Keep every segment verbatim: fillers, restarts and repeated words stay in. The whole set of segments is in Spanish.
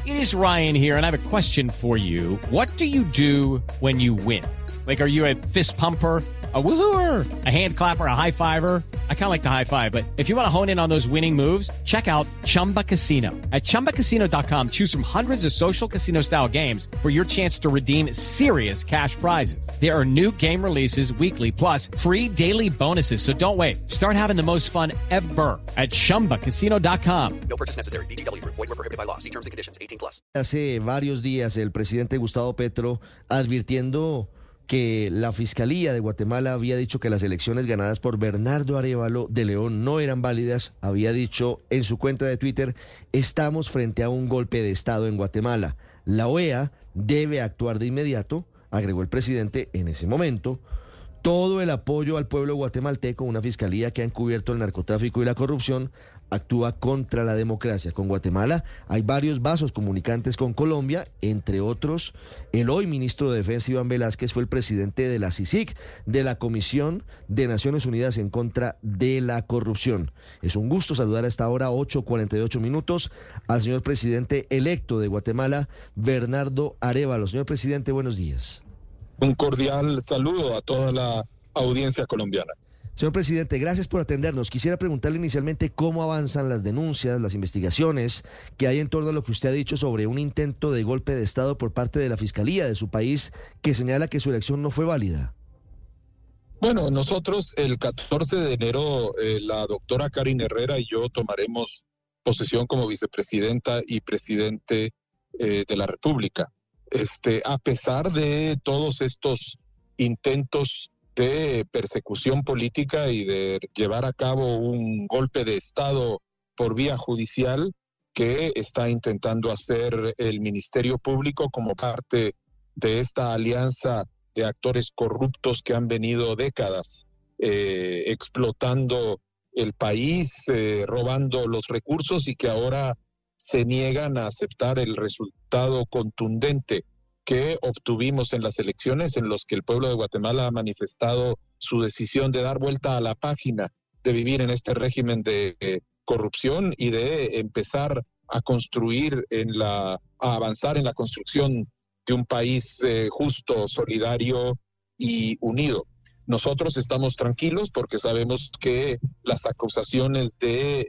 It is Ryan here, and I have a question for you. What do you do when you win? Like, are you a fist pumper, a woohooer, a hand clapper, a high fiver? I kind of like the high five, but if you want to hone in on those winning moves, check out Chumba Casino. At chumba casino dot com, choose from hundreds of social casino style games for your chance to redeem serious cash prizes. There are new game releases weekly, plus free daily bonuses. So don't wait. Start having the most fun ever at chumba casino dot com. No purchase necessary. V G W Group. Void where prohibited by law. See terms and conditions. eighteen plus. Hace varios días el presidente Gustavo Petro advirtiendo que la Fiscalía de Guatemala había dicho que las elecciones ganadas por Bernardo Arévalo de León no eran válidas. Había dicho en su cuenta de Twitter: estamos frente a un golpe de Estado en Guatemala. La O E A debe actuar de inmediato, agregó el presidente en ese momento. Todo el apoyo al pueblo guatemalteco. Una fiscalía que ha encubierto el narcotráfico y la corrupción actúa contra la democracia. Con Guatemala hay varios vasos comunicantes con Colombia, entre otros el hoy ministro de Defensa Iván Velásquez fue el presidente de la C I C I C, de la Comisión de Naciones Unidas en contra de la corrupción. Es un gusto saludar a esta hora, ocho cuarenta y ocho minutos, al señor presidente electo de Guatemala, Bernardo Arévalo. Señor presidente, buenos días. Un cordial saludo a toda la audiencia colombiana. Señor presidente, gracias por atendernos. Quisiera preguntarle inicialmente cómo avanzan las denuncias, las investigaciones que hay en torno a lo que usted ha dicho sobre un intento de golpe de Estado por parte de la Fiscalía de su país que señala que su elección no fue válida. Bueno, nosotros el catorce de enero, eh, la doctora Karin Herrera y yo tomaremos posesión como vicepresidenta y presidente eh, de la República. Este, a pesar de todos estos intentos de persecución política y de llevar a cabo un golpe de Estado por vía judicial que está intentando hacer el Ministerio Público como parte de esta alianza de actores corruptos que han venido décadas eh, explotando el país, eh, robando los recursos y que ahora se niegan a aceptar el resultado contundente que obtuvimos en las elecciones, en los que el pueblo de Guatemala ha manifestado su decisión de dar vuelta a la página, de vivir en este régimen de eh, corrupción y de empezar a construir en la, a avanzar en la construcción de un país eh, justo, solidario y unido. Nosotros estamos tranquilos porque sabemos que las acusaciones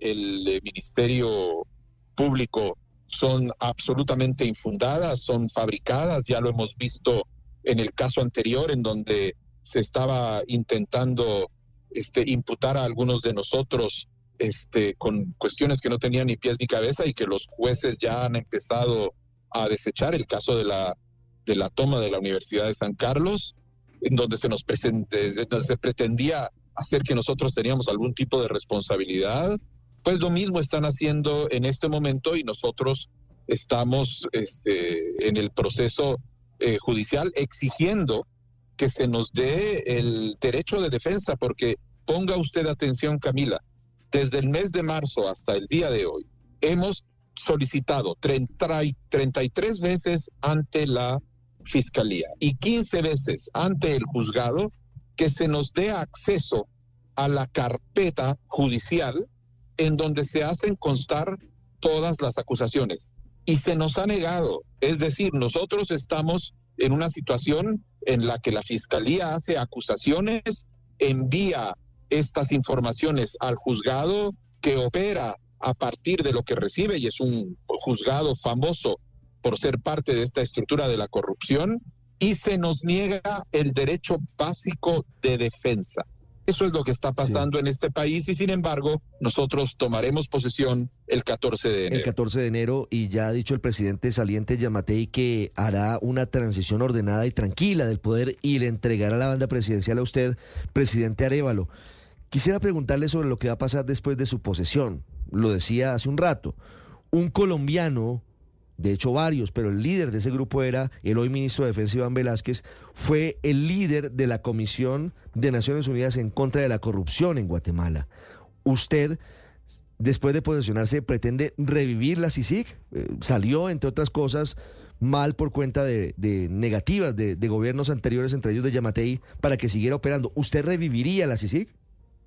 del Ministerio Público son absolutamente infundadas, son fabricadas. Ya lo hemos visto en el caso anterior, en donde se estaba intentando este, imputar a algunos de nosotros este, con cuestiones que no tenían ni pies ni cabeza y que los jueces ya han empezado a desechar. El caso de la, de la toma de la Universidad de San Carlos, en donde se nos presente, donde se pretendía hacer que nosotros teníamos algún tipo de responsabilidad. Pues lo mismo están haciendo en este momento y nosotros estamos este, en el proceso eh, judicial exigiendo que se nos dé el derecho de defensa, porque ponga usted atención, Camila, desde el mes de marzo hasta el día de hoy hemos solicitado treinta, treinta y tres veces ante la Fiscalía y quince veces ante el juzgado que se nos dé acceso a la carpeta judicial en donde se hacen constar todas las acusaciones. Y se nos ha negado. Es decir, nosotros estamos en una situación en la que la Fiscalía hace acusaciones, envía estas informaciones al juzgado que opera a partir de lo que recibe, y es un juzgado famoso por ser parte de esta estructura de la corrupción, y se nos niega el derecho básico de defensa. Eso es lo que está pasando sí. en este país y sin embargo nosotros tomaremos posesión el catorce de enero. El catorce de enero y ya ha dicho el presidente saliente Yamatei que hará una transición ordenada y tranquila del poder y le entregará la banda presidencial a usted, presidente Arévalo. Quisiera preguntarle sobre lo que va a pasar después de su posesión. Lo decía hace un rato, un colombiano, de hecho varios, pero el líder de ese grupo era el hoy ministro de Defensa Iván Velásquez, fue el líder de la Comisión de Naciones Unidas en contra de la corrupción en Guatemala. Usted, después de posesionarse, pretende revivir la C I C I C. Eh, salió, entre otras cosas, mal por cuenta de, de negativas de, de gobiernos anteriores, entre ellos de Yamatei, para que siguiera operando. ¿Usted reviviría la C I C I C?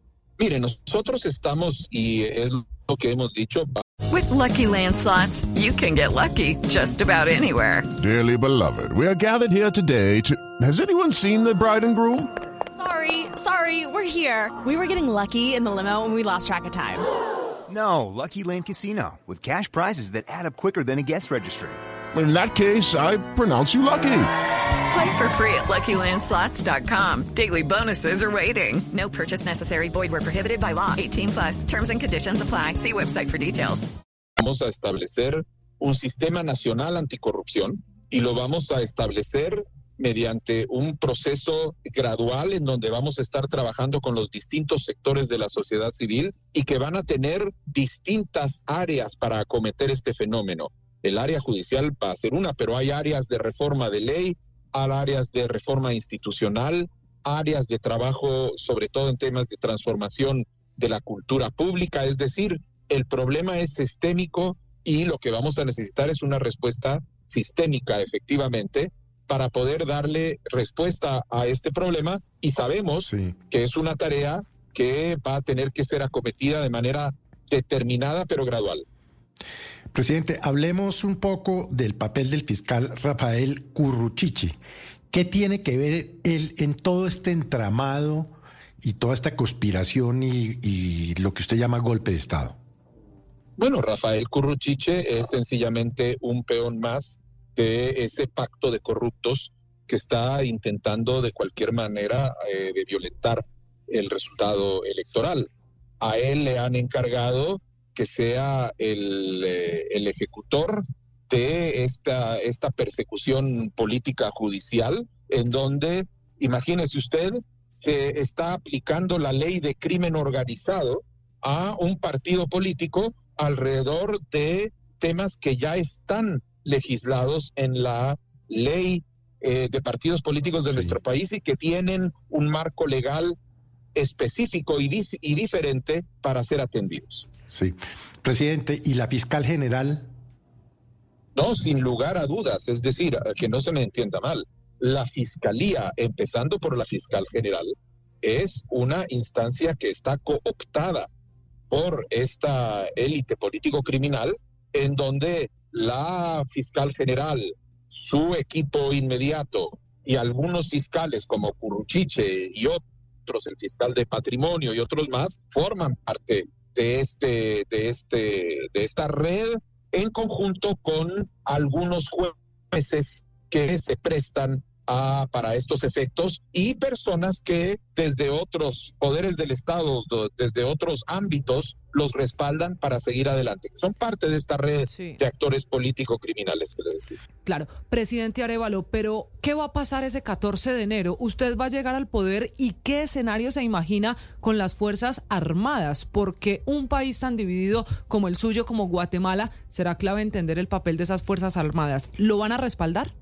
Mire, nosotros estamos, y es lo que hemos dicho. With Lucky Land Slots, you can get lucky just about anywhere. Dearly beloved, we are gathered here today to... Has anyone seen the bride and groom? Sorry, sorry, we're here. We were getting lucky in the limo and we lost track of time. No, Lucky Land Casino, with cash prizes that add up quicker than a guest registry. In that case, I pronounce you lucky. Play for free at Lucky Land Slots dot com. Daily bonuses are waiting. No purchase necessary. Void where prohibited by law. eighteen plus. Terms and conditions apply. See website for details. Vamos a establecer un sistema nacional anticorrupción y lo vamos a establecer mediante un proceso gradual en donde vamos a estar trabajando con los distintos sectores de la sociedad civil y que van a tener distintas áreas para acometer este fenómeno. El área judicial va a ser una, pero hay áreas de reforma de ley, hay áreas de reforma institucional, áreas de trabajo, sobre todo en temas de transformación de la cultura pública. Es decir, el problema es sistémico y lo que vamos a necesitar es una respuesta sistémica, efectivamente, para poder darle respuesta a este problema, y sabemos sí. que es una tarea que va a tener que ser acometida de manera determinada pero gradual. Presidente, hablemos un poco del papel del fiscal Rafael Curruchiche. ¿Qué tiene que ver él en todo este entramado y toda esta conspiración y, y lo que usted llama golpe de Estado? Bueno, Rafael Curruchiche es sencillamente un peón más de ese pacto de corruptos que está intentando de cualquier manera eh, de violentar el resultado electoral. A él le han encargado que sea el, eh, el ejecutor de esta, esta persecución política judicial, en donde, imagínese usted, se está aplicando la ley de crimen organizado a un partido político alrededor de temas que ya están legislados en la ley eh, de partidos políticos de sí. nuestro país y que tienen un marco legal específico y, dis- y diferente para ser atendidos. Sí. Presidente, ¿y la fiscal general? No, sin lugar a dudas, es decir, que no se me entienda mal, la fiscalía, empezando por la fiscal general, es una instancia que está cooptada por esta élite político-criminal, en donde la fiscal general, su equipo inmediato y algunos fiscales como Curruchiche y otros, el fiscal de patrimonio y otros más, forman parte de este, de este, de esta red en conjunto con algunos jueces que se prestan a, para estos efectos y personas que desde otros poderes del Estado, desde otros ámbitos, los respaldan para seguir adelante. Son parte de esta red sí. de actores político-criminales que le decía. Claro, presidente Arévalo, pero ¿qué va a pasar ese catorce de enero? Usted va a llegar al poder y ¿qué escenario se imagina con las Fuerzas Armadas? Porque un país tan dividido como el suyo, como Guatemala, será clave entender el papel de esas Fuerzas Armadas. ¿Lo van a respaldar?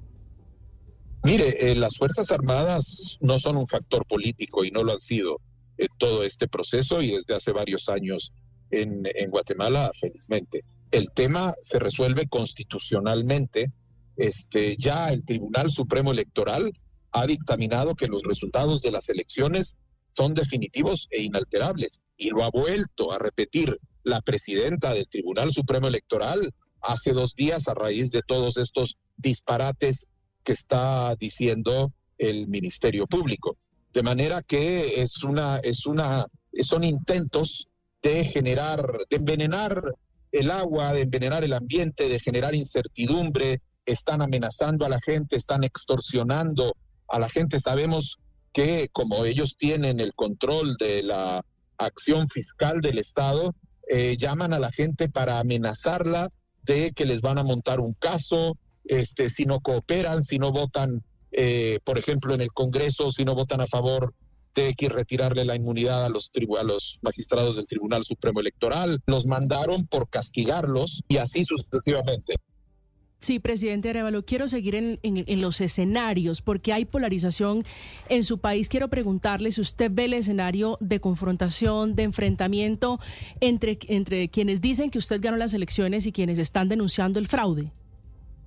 Mire, eh, las Fuerzas Armadas no son un factor político y no lo han sido en todo este proceso y desde hace varios años en, en Guatemala, felizmente. El tema se resuelve constitucionalmente. Este, ya el Tribunal Supremo Electoral ha dictaminado que los resultados de las elecciones son definitivos e inalterables y lo ha vuelto a repetir la presidenta del Tribunal Supremo Electoral hace dos días a raíz de todos estos disparates que está diciendo el Ministerio Público. De manera que es una, es una, son intentos de generar, de envenenar el agua, de envenenar el ambiente, de generar incertidumbre, están amenazando a la gente, están extorsionando a la gente. Sabemos que como ellos tienen el control de la acción fiscal del Estado, eh, llaman a la gente para amenazarla de que les van a montar un caso, Este, si no cooperan, si no votan, eh, por ejemplo, en el Congreso, si no votan a favor de que retirarle la inmunidad a los, tribu- a los magistrados del Tribunal Supremo Electoral. Los mandaron por castigarlos y así sucesivamente. Sí, presidente Arévalo, quiero seguir en, en, en los escenarios, porque hay polarización en su país. Quiero preguntarle si usted ve el escenario de confrontación, de enfrentamiento entre, entre quienes dicen que usted ganó las elecciones y quienes están denunciando el fraude.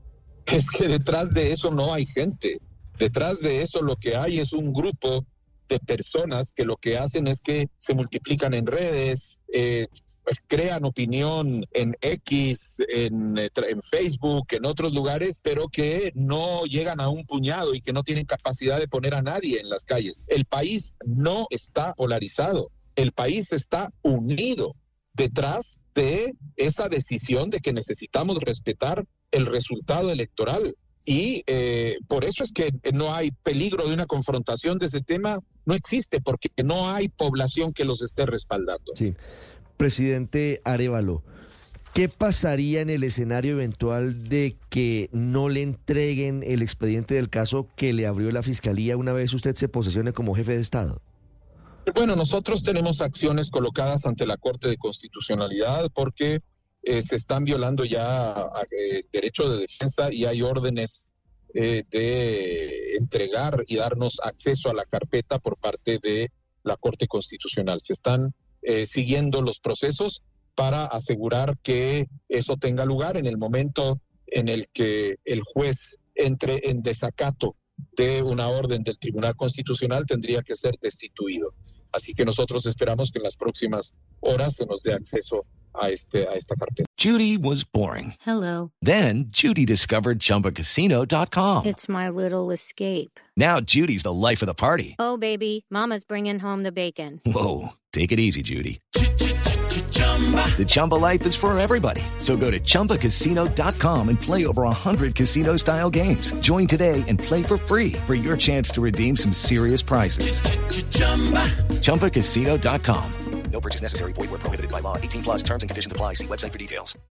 Es que detrás de eso no hay gente. Detrás de eso lo que hay es un grupo de personas que lo que hacen es que se multiplican en redes, eh, crean opinión en X, en, en Facebook, en otros lugares, pero que no llegan a un puñado y que no tienen capacidad de poner a nadie en las calles. El país no está polarizado, el país está unido detrás de esa decisión de que necesitamos respetar el resultado electoral. Y eh, por eso es que no hay peligro de una confrontación de ese tema, no existe, porque no hay población que los esté respaldando. Sí. Presidente Arévalo, ¿qué pasaría en el escenario eventual de que no le entreguen el expediente del caso que le abrió la Fiscalía una vez usted se posesione como jefe de Estado? Bueno, nosotros tenemos acciones colocadas ante la Corte de Constitucionalidad porque eh, se están violando ya eh, derecho de defensa y hay órdenes eh, de entregar y darnos acceso a la carpeta por parte de la Corte Constitucional. Se están Eh, siguiendo los procesos para asegurar que eso tenga lugar en el momento en el que el juez entre en desacato de una orden del Tribunal Constitucional, tendría que ser destituido. Así que nosotros esperamos que en las próximas horas se nos dé acceso a, este, a esta carpeta. Judy was boring. Hello. Then Judy discovered Chumba Casino dot com. It's my little escape. Now Judy's the life of the party. Oh, baby, mama's bringing home the bacon. Whoa, take it easy, Judy. The Chumba life is for everybody. So go to Chumba Casino dot com and play over one hundred casino-style games. Join today and play for free for your chance to redeem some serious prizes. Chumba Casino dot com. No purchase necessary. Void where prohibited by law. eighteen plus terms and conditions apply. See website for details.